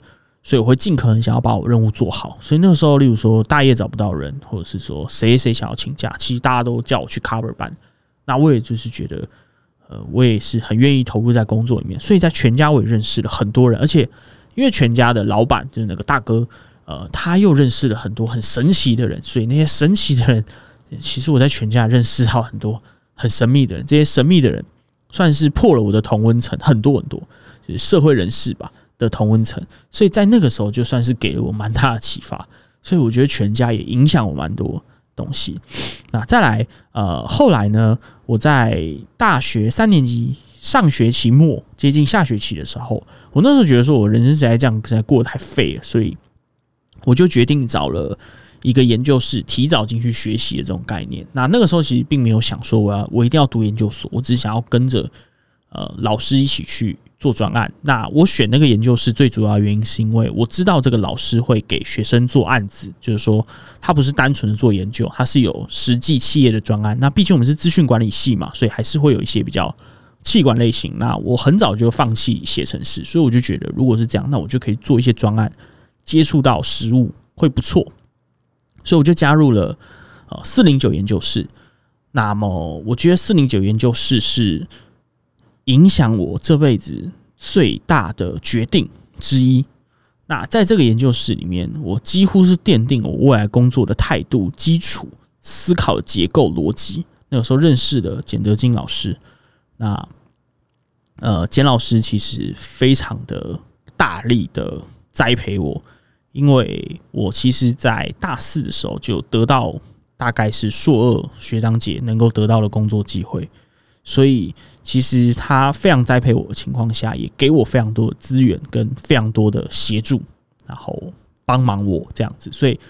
所以我会尽可能想要把我任务做好。所以那个时候，例如说大业找不到人，或者是说谁想要请假，其实大家都叫我去 cover 班。那我也就是觉得，我也是很愿意投入在工作里面。所以在全家我也认识了很多人，而且因为全家的老板就是那个大哥，他又认识了很多很神奇的人，所以那些神奇的人，其实我在全家认识到很多很神秘的人。这些神秘的人算是破了我的同温层，很多，就是社会人士吧的同温层，所以在那个时候就算是给了我蛮大的启发，所以我觉得全家也影响我蛮多东西。那再来，后来呢，我在大学3年级上学期末接近下学期的时候，我那时候觉得说我人生实在这样实在过得太废了，所以我就决定找了一个研究室，提早进去学习的这种概念。那个时候其实并没有想说我一定要读研究所，我只是想要跟着老师一起去做专案。那我选那个研究室最主要的原因是因为我知道这个老师会给学生做案子，就是说他不是单纯的做研究，他是有实际企业的专案。那毕竟我们是资讯管理系嘛，所以还是会有一些比较企管类型。那我很早就放弃写程式，所以我就觉得如果是这样，那我就可以做一些专案，接触到实务会不错。所以我就加入了409研究室。那么我觉得409研究室是影响我这辈子最大的决定之一。那在这个研究室里面，我几乎是奠定我未来工作的态度、基础、思考的结构、逻辑。那个时候认识了简德金老师。那简老师其实非常的大力的栽培我，因为我其实在大4的时候就得到大概是硕2学长姐能够得到的工作机会，所以其实他非常栽培我的情况下，也给我非常多的资源跟非常多的协助，然后帮忙我这样子。所以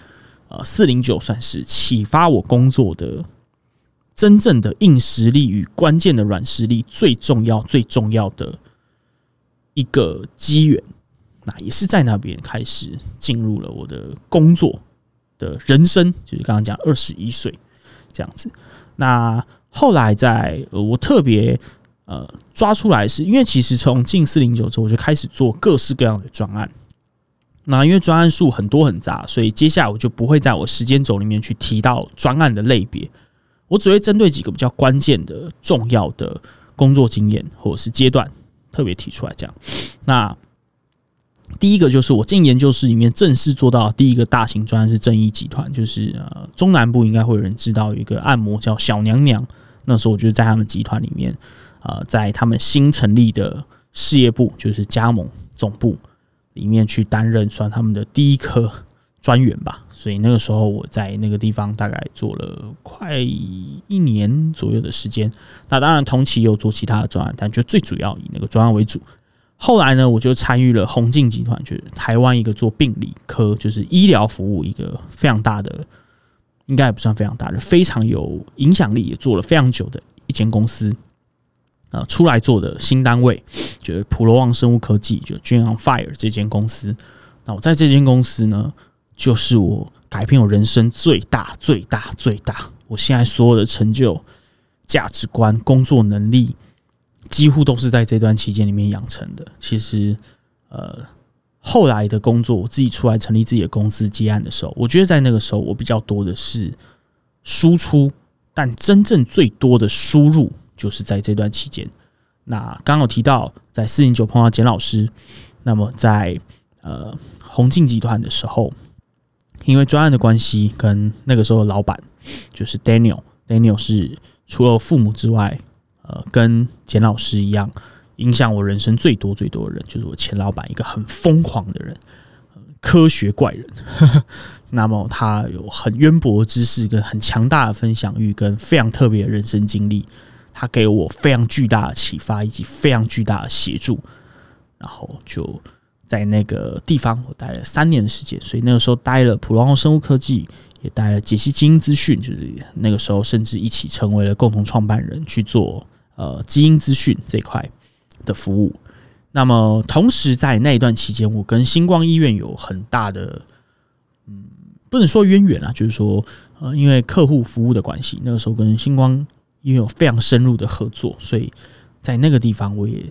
409算是启发我工作的真正的硬实力与关键的软实力最重要的一个机缘。那也是在那边开始进入了我的工作的人生，就是刚刚讲21岁这样子。那后来我特别抓出来是因为其实从进409之后，我就开始做各式各样的专案。那因为专案数很多很杂，所以接下来我就不会在我时间轴里面去提到专案的类别，我只会针对几个比较关键的重要的工作经验或者是阶段特别提出来这样。那第一个就是我进研究室里面正式做到的第一个大型专案是正义集团，就是中南部应该会有人知道有一个按摩叫小娘娘。那时候我就在他们集团里面，在他们新成立的事业部，就是加盟总部里面去担任算他们的第一个专员吧。所以那个时候我在那个地方大概做了快1年左右的时间。那当然同期有做其他的专案，但就最主要以那个专案为主。后来呢，我就参与了宏进集团，就是台湾一个做病理科，就是医疗服务一个非常大的，应该也不算非常大的，非常有影响力，也做了非常久的一间公司。出来做的新单位就是普罗旺生物科技，就 Gene on Fire 这间公司。那我在这间公司呢，就是我改变我人生最大，我现在所有的成就、价值观、工作能力，几乎都是在这段期间里面养成的。其实，后来的工作，我自己出来成立自己的公司接案的时候，我觉得在那个时候我比较多的是输出，但真正最多的输入就是在这段期间。那刚刚有提到，在409碰到简老师，那么在宏进集团的时候，因为专案的关系，跟那个时候的老板就是 Daniel 是除了父母之外，跟简老师一样，影响我人生最多的人，就是我前老板，一个很疯狂的人，科学怪人。那么他有很渊博的知识，跟很强大的分享欲，跟非常特别的人生经历。他给我非常巨大的启发，以及非常巨大的协助。然后就在那个地方，我待了3年的时间。所以那个时候待了普罗旺生物科技，也待了解析基因资讯，就是那个时候甚至一起成为了共同创办人，去做基因资讯这块的服务。那么同时在那一段期间，我跟星光医院有很大的不能说渊源啊，就是说因为客户服务的关系，那个时候跟星光医院有非常深入的合作，所以在那个地方我也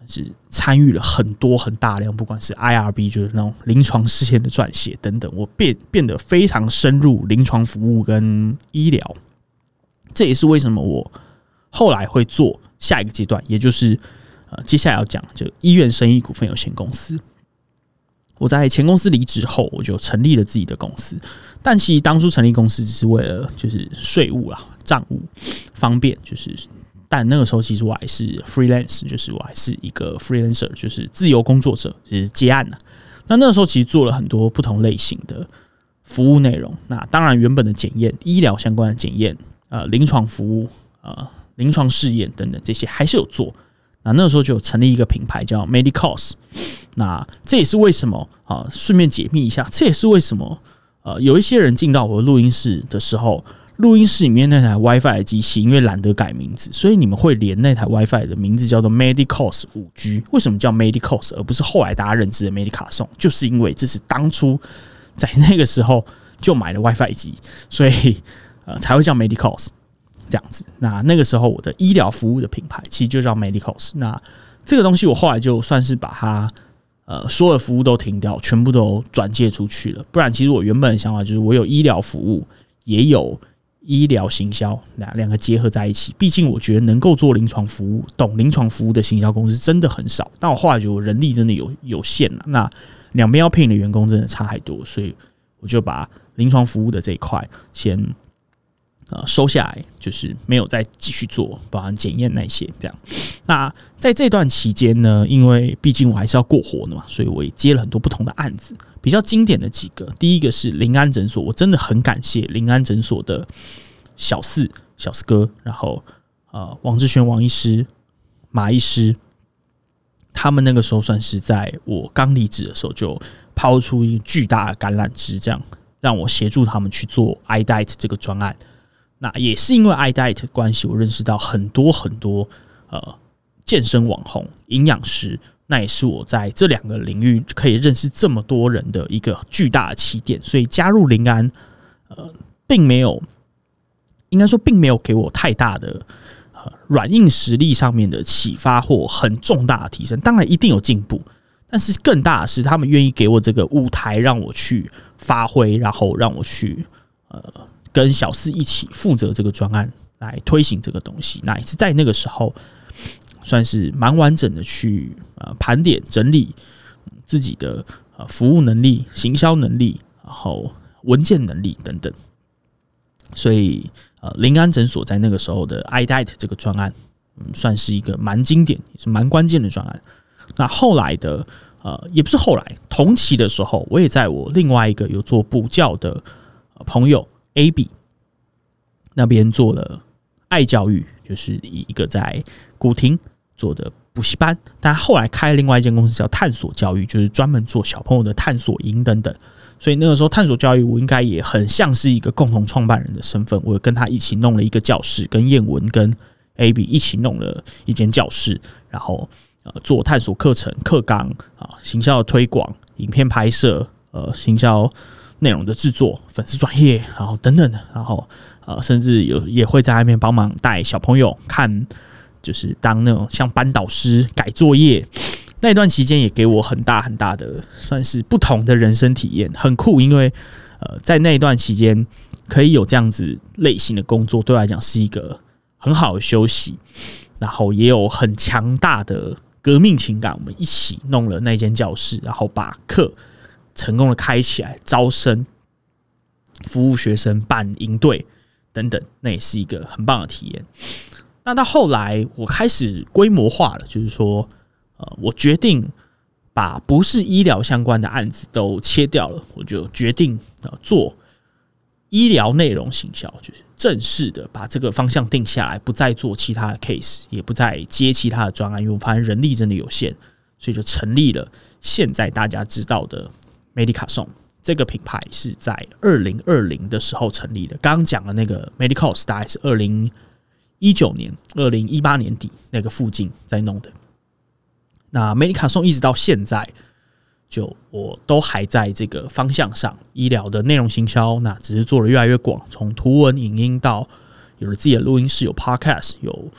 算是参与了很多很大量，不管是 IRB 就是那种临床试验的撰写等等，我变得非常深入临床服务跟医疗。这也是为什么我后来会做下一个阶段，也就是接下来要讲就医院生意股份有限公司。我在前公司离职后，我就成立了自己的公司。但其实当初成立公司只是为了就是税务啦、账务方便，但那个时候其实我还是 freelance， 就是我还是一个 freelancer， 就是自由工作者，就是接案啦。那个时候其实做了很多不同类型的服务内容。那当然原本的检验、医疗相关的检验、临床服务、临床试验等等这些还是有做。那个时候就有成立一个品牌叫 Medicos。那这也是为什么顺便解密一下，这也是为什么有一些人进到我的录音室的时候，录音室里面那台 WiFi 的机器，因为懒得改名字，所以你们会连那台 WiFi 的名字叫做 Medicos 5G。为什么叫 Medicos 而不是后来大家认知的 Medicason？ 就是因为这是当初在那个时候就买了 WiFi 机，所以才会叫 Medicos 这样子。那个时候我的医疗服务的品牌其实就叫 Medicos。那这个东西我后来就算是把它所有的服务都停掉，全部都转介出去了。不然其实我原本的想法就是我有医疗服务，也有医疗行销，两个结合在一起。毕竟我觉得能够做临床服务、懂临床服务的行销公司真的很少。但我后来觉得我人力真的有限了，那两边要聘的员工真的差太多，所以我就把临床服务的这一块先收下来，就是没有再继续做，包含检验那些这样。那在这段期间呢，因为毕竟我还是要过活的嘛，所以我也接了很多不同的案子。比较经典的几个，第一个是临安诊所，我真的很感谢临安诊所的小四哥，然后王志轩王医师、马医师，他们那个时候算是在我刚离职的时候就抛出一个巨大的橄榄枝，这样让我协助他们去做 iDiet 这个专案。那也是因为 iDiet 的关系，我认识到很多健身网红、营养师，那也是我在这两个领域可以认识这么多人的一个巨大的起点。所以加入临安，并没有给我太大的软硬实力上面的启发或很重大的提升。当然一定有进步，但是更大的是他们愿意给我这个舞台，让我去发挥，然后让我去跟小四一起负责这个专案来推行这个东西。那也是在那个时候算是蛮完整的去盘点整理自己的服务能力、行销能力，然后文件能力等等。所以临安诊所在那个时候的 iDiet 这个专案，算是一个蛮经典也是蛮关键的专案。那后来的也不是后来，同期的时候，我也在我另外一个有做补教的朋友 AB 那边做了爱教育，就是一个在古亭做的补习班，但后来开了另外一间公司叫探索教育，就是专门做小朋友的探索营等等。所以那个时候探索教育，我应该也很像是一个共同创办人的身份，我跟他一起弄了一个教室，跟燕文跟 AB 一起弄了一间教室，然后做探索课程、课纲行销的推广、影片拍摄、行销内容的制作、粉丝专页，然后等等的，然后甚至也会在那边帮忙带小朋友看，就是当那种像班导师改作业。那段期间也给我很大很大的算是不同的人生体验，很酷。因为在那一段期间可以有这样子类型的工作，对我来讲是一个很好的休息，然后也有很强大的革命情感。我们一起弄了那间教室，然后把课成功的开起来，招生、服务学生、办营队等等，那也是一个很棒的体验。那到后来我开始规模化了，就是说我决定把不是医疗相关的案子都切掉了，我就决定做医疗内容行销，就是正式的把这个方向定下来，不再做其他的 case， 也不再接其他的专案，因为我发现人力真的有限，所以就成立了现在大家知道的 Medicason。这个品牌是在2020的时候成立的，刚刚讲的那个 Medicos 大概是2019年、2018年底那个附近在弄的。那 Medicason 一直到现在，就我都还在这个方向上，医疗的内容行销，那只是做得越来越广，从图文、影音到有了自己的录音室，有 podcast， 有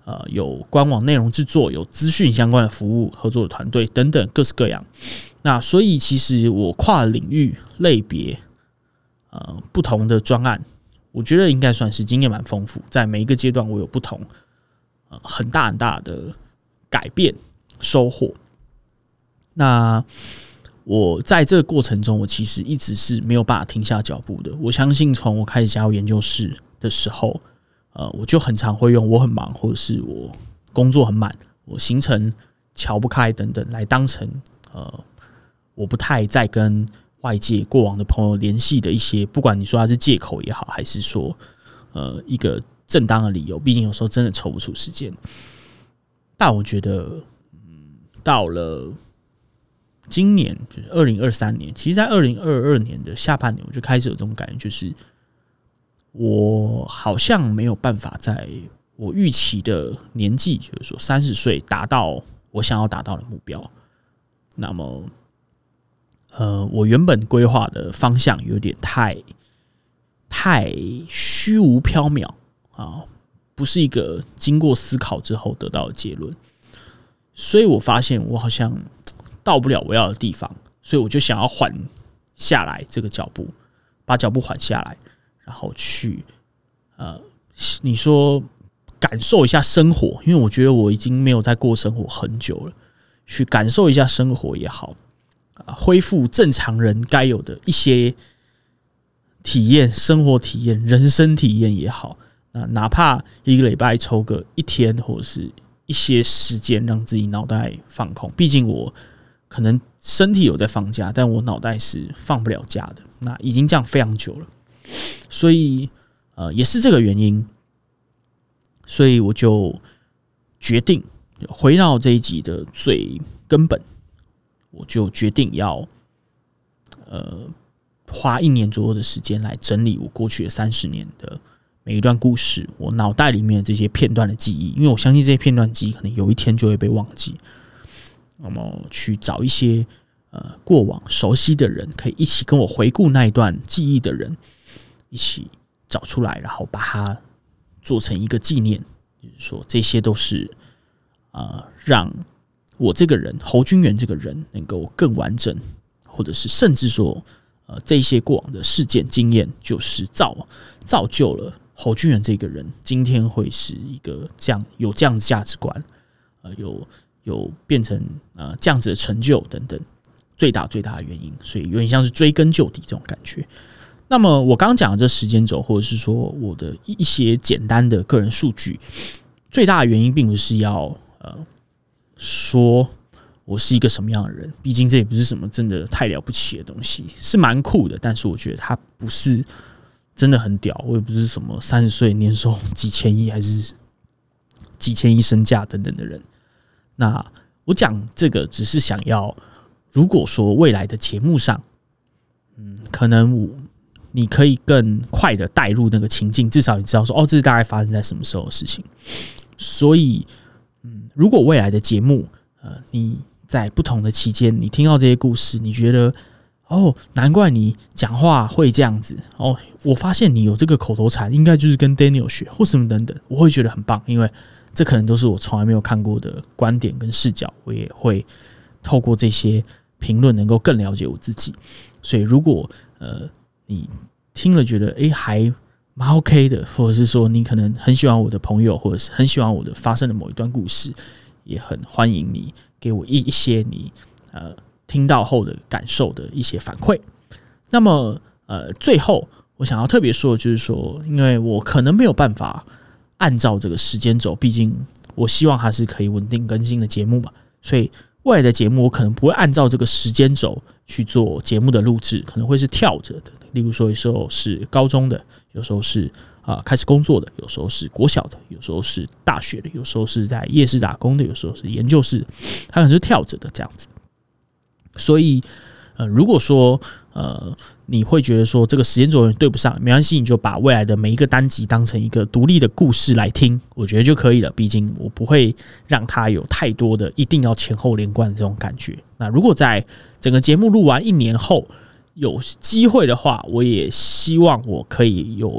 有官网内容制作，有资讯相关的服务合作的团队等等各式各样。那所以其实我跨领域类别不同的专案，我觉得应该算是经验蛮丰富，在每一个阶段我有不同很大很大的改变收获。那我在这个过程中，我其实一直是没有办法停下脚步的。我相信从我开始加入研究室的时候，我就很常会用我很忙，或者是我工作很满，我行程瞧不开等等，来当成我不太再跟外界过往的朋友联系的一些，不管你说它是借口也好，还是说一个正当的理由，毕竟有时候真的抽不出时间。但我觉得，到了今年就是2023年，其实在2022年的下半年，我就开始有这种感觉，就是我好像没有办法在我预期的年纪，就是说30岁达到我想要达到的目标。那么我原本规划的方向有点太虚无缥缈啊，不是一个经过思考之后得到的结论，所以我发现我好像到不了我要的地方，所以我就想要缓下来这个脚步，把脚步缓下来，然后去你说感受一下生活，因为我觉得我已经没有在过生活很久了，去感受一下生活也好。恢复正常人该有的一些体验，生活体验、人生体验也好，哪怕一个礼拜抽个1天或者是一些时间，让自己脑袋放空。毕竟我可能身体有在放假，但我脑袋是放不了假的。那已经这样非常久了，所以也是这个原因，所以我就决定回到这一集的最根本。我就决定要花1年左右的时间来整理我过去的30年的每一段故事，我脑袋里面的这些片段的记忆，因为我相信这些片段记忆可能有一天就会被忘记。那么去找一些过往熟悉的人，可以一起跟我回顾那一段记忆的人，一起找出来，然后把它做成一个纪念。就是说，这些都是让我这个人侯君元这个人能够更完整，或者是甚至说这些过往的事件经验，就是造就了侯君元这个人今天会是一个有这样的价值观，有变成这样子的成就等等，最大的原因，所以有点像是追根究底这种感觉。那么我刚刚讲的这时间轴，或者是说我的一些简单的个人数据，最大的原因并不是要说我是一个什么样的人，毕竟这也不是什么真的太了不起的东西，是蛮酷的，但是我觉得它不是真的很屌，我也不是什么30岁年收几千亿还是几千亿身价等等的人。那我讲这个只是想要，如果说未来的节目上，可能你可以更快的带入那个情境，至少你知道说，这是大概发生在什么时候的事情。所以如果未来的节目，你在不同的期间，你听到这些故事，你觉得难怪你讲话会这样子我发现你有这个口头禅，应该就是跟 Daniel 学或什么等等，我会觉得很棒，因为这可能都是我从来没有看过的观点跟视角，我也会透过这些评论能够更了解我自己。所以如果你听了觉得还蛮 OK 的，或者是说你可能很喜欢我的朋友，或者是很喜欢我的发生的某一段故事，也很欢迎你给我一些你听到后的感受的一些反馈。那么最后我想要特别说的就是说，因为我可能没有办法按照这个时间轴，毕竟我希望它是可以稳定更新的节目嘛，所以未来的节目我可能不会按照这个时间轴去做节目的录制，可能会是跳着的。例如说有时候是高中的，有时候是开始工作的，有时候是国小的，有时候是大学的，有时候是在夜市打工的，有时候是研究室的，它可能是跳着的这样子。所以如果说你会觉得说这个时间轴对不上，没关系，你就把未来的每一个单集当成一个独立的故事来听，我觉得就可以了。毕竟我不会让它有太多的一定要前后连贯的这种感觉。那如果在整个节目录完1年后有机会的话，我也希望我可以有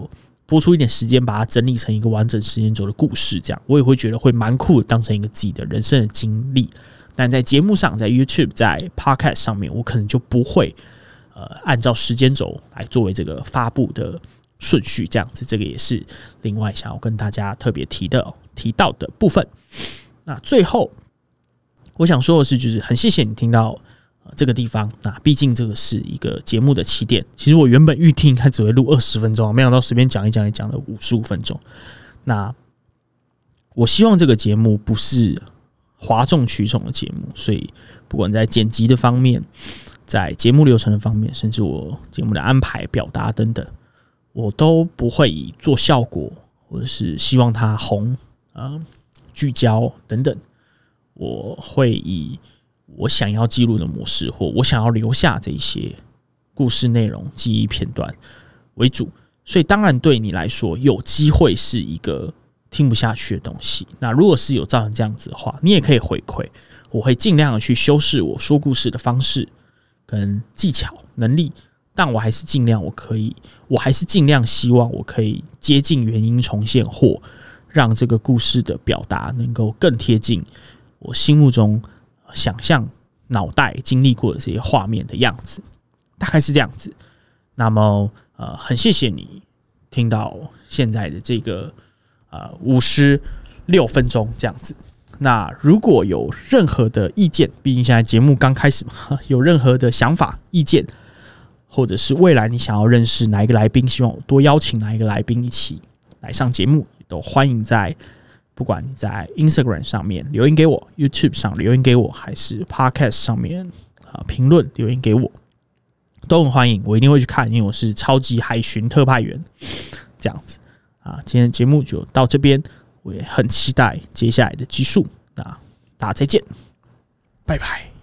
播出一点时间把它整理成一个完整时间轴的故事，这样我也会觉得会蛮酷的，当成一个自己的人生的经历。但在节目上，在 YouTube、在 Podcast 上面，我可能就不会按照时间轴来作为这个发布的顺序，这样子，这个也是另外想要跟大家特别提到的部分。那最后我想说的是，就是很谢谢你听到这个地方，那毕竟这个是一个节目的起点。其实我原本预定应该只会录20分钟，没想到随便讲一讲也讲了55分钟。那我希望这个节目不是哗众取宠的节目，所以不管在剪辑的方面，在节目流程的方面，甚至我节目的安排、表达等等，我都不会以做效果或者是希望它红、聚焦等等，我会以我想要记录的模式，或我想要留下这些故事内容、记忆片段为主。所以当然对你来说，有机会是一个听不下去的东西。那如果是有造成这样子的话，你也可以回馈，我会尽量的去修饰我说故事的方式跟技巧能力，但我还是尽量希望我可以接近原音重现，或让这个故事的表达能够更贴近我心目中想象脑袋经历过的这些画面的样子，大概是这样子。那么很谢谢你听到现在的这个56分钟这样子。那如果有任何的意见，毕竟现在节目刚开始嘛，有任何的想法、意见，或者是未来你想要认识哪一个来宾，希望我多邀请哪一个来宾一起来上节目，都欢迎不管你在 Instagram 上面留言给我， YouTube 上留言给我，还是 Podcast 上面评论留言给我，都很欢迎，我一定会去看，因为我是超级海巡特派员这样子今天的节目就到这边，我也很期待接下来的集数，那大家再见，拜拜。